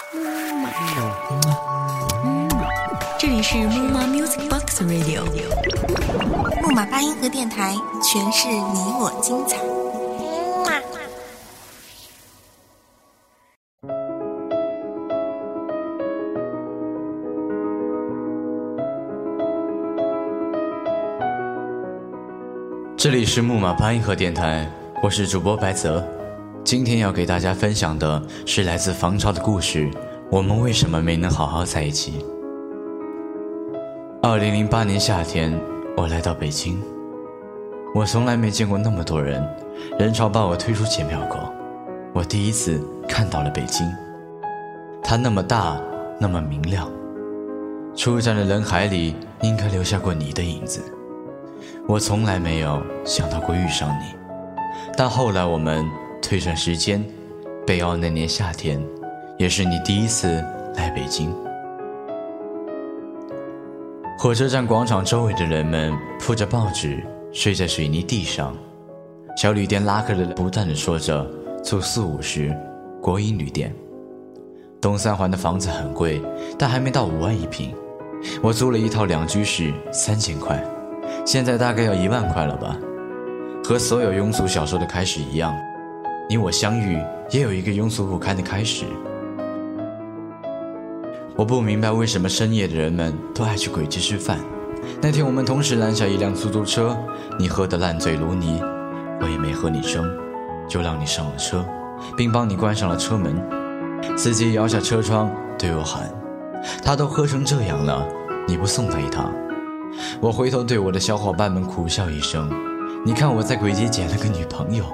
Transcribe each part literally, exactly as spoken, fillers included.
这里是木马 Music Box Radio， 木马八音盒电台，诠释你我精彩。 这里是木马八音盒电台，我是主播白泽。今天要给大家分享的是来自防潮的故事，我们为什么没能好好在一起。二零零八年夏天，我来到北京，我从来没见过那么多人，人潮把我推出检票口，我第一次看到了北京，它那么大，那么明亮，出站的人海里应该留下过你的影子。我从来没有想到过遇上你，但后来我们推算时间，北奥那年夏天，也是你第一次来北京。火车站广场周围的人们铺着报纸，睡在水泥地上，小旅店拉客的不断地说着住四五十，国营旅店。东三环的房子很贵，但还没到五万一平，我租了一套两居室，三千块。现在大概要一万块了吧。和所有庸俗小说的开始一样，你我相遇也有一个庸俗不堪的开始。我不明白为什么深夜的人们都爱去鬼街吃饭。那天我们同时拦下一辆出租车，你喝得烂醉如泥，我也没和你争，就让你上了车，并帮你关上了车门。司机摇下车窗对我喊，他都喝成这样了，你不送他一趟？我回头对我的小伙伴们苦笑一声，你看我在鬼街捡了个女朋友。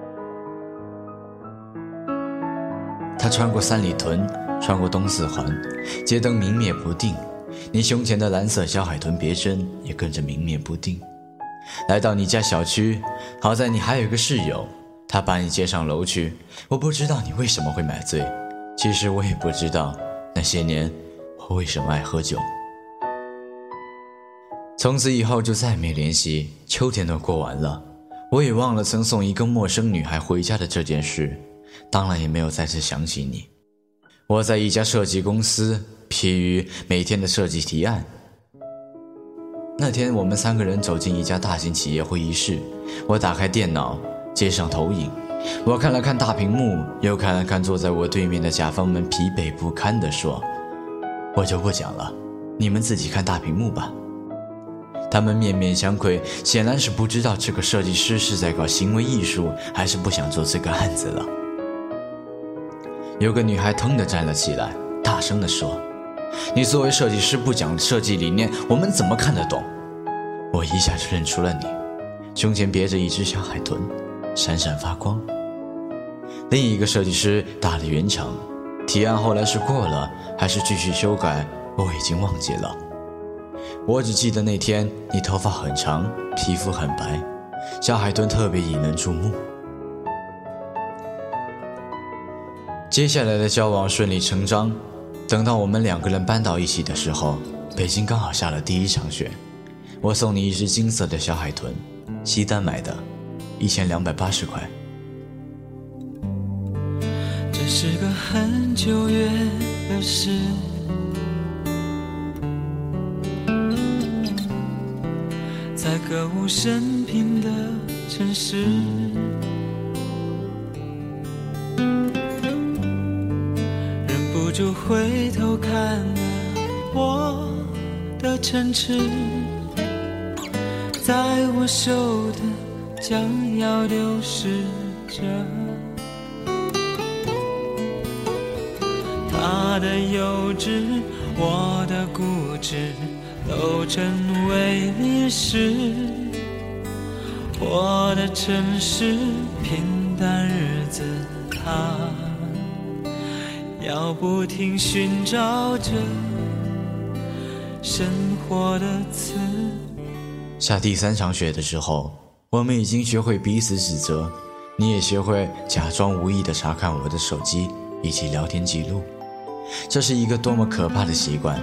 他穿过三里屯，穿过东四环，街灯明灭不定，你胸前的蓝色小海豚别针也跟着明灭不定。来到你家小区，好在你还有个室友，他把你接上楼去。我不知道你为什么会买醉，其实我也不知道那些年我为什么爱喝酒。从此以后就再没联系，秋天都过完了，我也忘了曾送一个陌生女孩回家的这件事，当然也没有再次想起你。我在一家设计公司，疲于每天的设计提案。那天我们三个人走进一家大型企业会议室，我打开电脑，接上投影，我看了看大屏幕，又看了看坐在我对面的甲方们，疲惫不堪地说，我就不讲了，你们自己看大屏幕吧。他们面面相觑，显然是不知道这个设计师是在搞行为艺术，还是不想做这个案子了。有个女孩腾地站了起来，大声地说，你作为设计师不讲设计理念，我们怎么看得懂？我一下就认出了你，胸前别着一只小海豚，闪闪发光。另一个设计师打了圆场，提案后来是过了还是继续修改，我已经忘记了。我只记得那天你头发很长，皮肤很白，小海豚特别引人注目。接下来的交往顺理成章，等到我们两个人搬到一起的时候，北京刚好下了第一场雪。我送你一只金色的小海豚，西单买的，一千两百八十块。 这是个很久远的事，在歌舞升平的城市，忍不住回头看了我的城池，在我手的将要流逝着，他的幼稚，我的固执，都成为历史。我的城市，平淡日子，它要不停寻找着生活的词。 下第三场雪的时候，我们已经学会彼此指责，你也学会假装无意地查看我的手机以及聊天记录。这是一个多么可怕的习惯。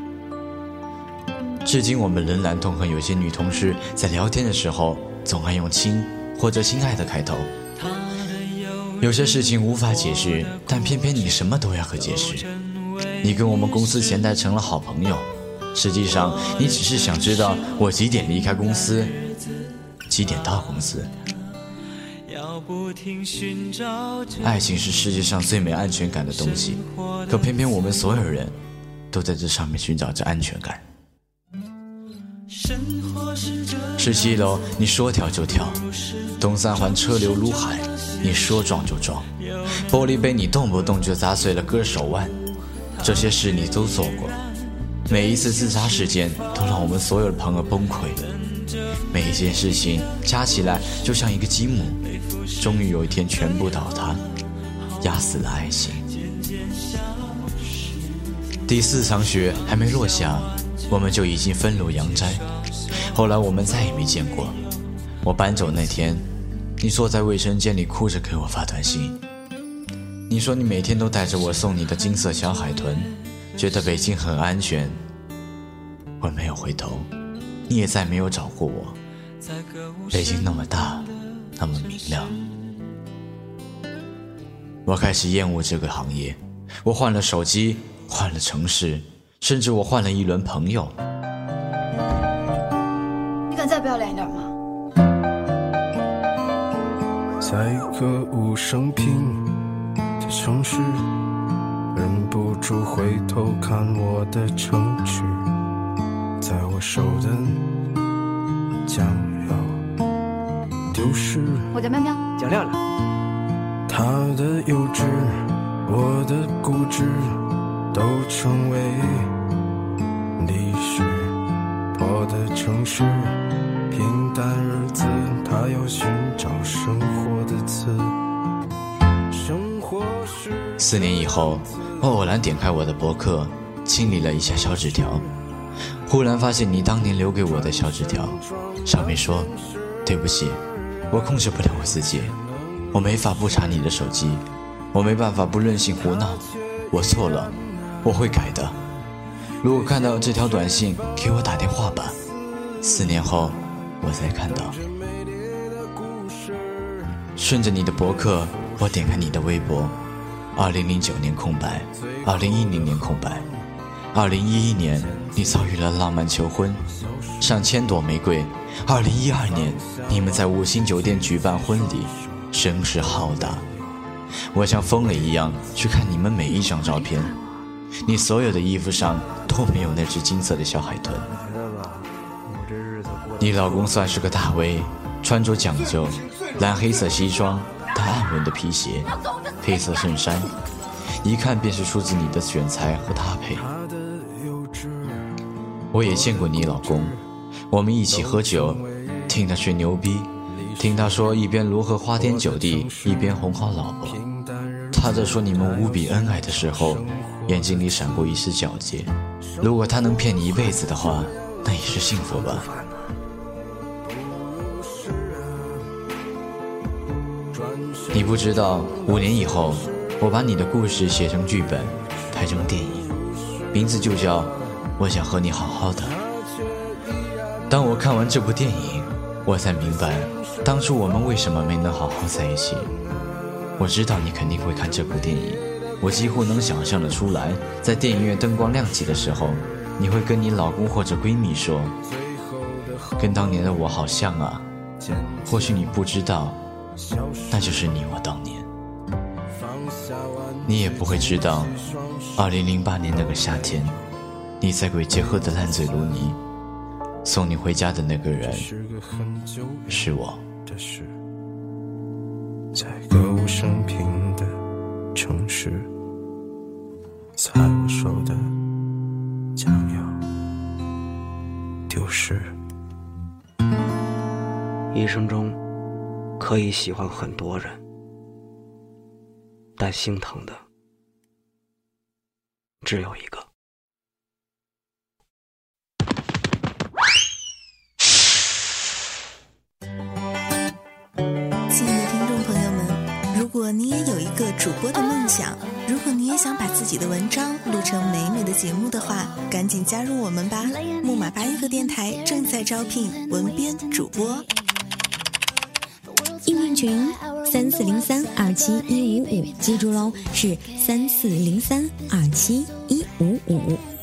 至今我们仍然痛恨有些女同事在聊天的时候总爱用亲或者亲爱的开头， 有些事情无法解释，但偏偏你什么都要和解释。你跟我们公司前台成了好朋友，实际上你只是想知道我几点离开公司，几点到公司。爱情是世界上最没安全感的东西，可偏偏我们所有人都在这上面寻找着安全感。十七楼你说跳就跳，东三环车流如海，你说撞就撞，玻璃杯你动不动就砸碎了割手腕，这些事你都做过。每一次自杀事件都让我们所有的朋友崩溃，每一件事情加起来就像一个积木，终于有一天全部倒塌，压死了爱情。第四场雪还没落下，我们就已经分路扬斋。后来我们再也没见过。我搬走那天，你坐在卫生间里哭着给我发短信。你说你每天都带着我送你的金色小海豚，觉得北京很安全。我没有回头，你也再没有找过我。北京那么大，那么明亮。我开始厌恶这个行业，我换了手机，换了城市，甚至我换了一轮朋友。 你敢再不要脸一点吗？ 在一个无声平的城市，忍不住回头看我的城池，在我手的将要丢失。 我叫喵喵， 叫亮亮。 他的幼稚，我的固执，都成为历史。破的城市，平淡日子，他要寻找生活的词。生活是四年以后，我偶然点开我的博客，清理了一下小纸条，忽然发现你当年留给我的小纸条，上面说：对不起，我控制不了我自己，我没法不查你的手机，我没办法不任性胡闹，我错了，我会改的。如果看到这条短信，给我打电话吧。四年后我才看到。顺着你的博客，我点开你的微博，二零零九年空白，二零一零年空白，二零一一年你遭遇了浪漫求婚，上千朵玫瑰。二零一二年你们在五星酒店举办婚礼，声势浩大。我像疯了一样去看你们每一张照片，你所有的衣服上都没有那只金色的小海豚。你老公算是个大 V， 穿着讲究，蓝黑色西装，带暗纹的皮鞋，黑色衬衫，一看便是出自你的选材和搭配。我也见过你老公，我们一起喝酒，听他吹牛逼，听他说一边如何花天酒地，一边哄好老婆。他在说你们无比恩爱的时候，眼睛里闪过一丝皎洁。如果他能骗你一辈子的话，那也是幸福吧。你不知道，五年以后，我把你的故事写成剧本，拍成电影，名字就叫《我想和你好好的》。当我看完这部电影，我才明白，当初我们为什么没能好好在一起。我知道你肯定会看这部电影，我几乎能想象得出来，在电影院灯光亮起的时候，你会跟你老公或者闺蜜说，跟当年的我好像啊。或许你不知道，那就是你我当年。你也不会知道，二零零八年那个夏天，你在鬼街喝得烂醉如泥，送你回家的那个人是我。 在歌舞升平的城市，在我手的将要丢失。 一生中可以喜欢很多人，但心疼的只有一个。 亲爱的听众朋友们，如果你也有一个主播的梦想，如果你也想把自己的文章录成美美的节目的话，赶紧加入我们吧！木马八音盒电台正在招聘文编主播， 应聘群三四零三二七一五五，记住喽，是三四零三二七一五五。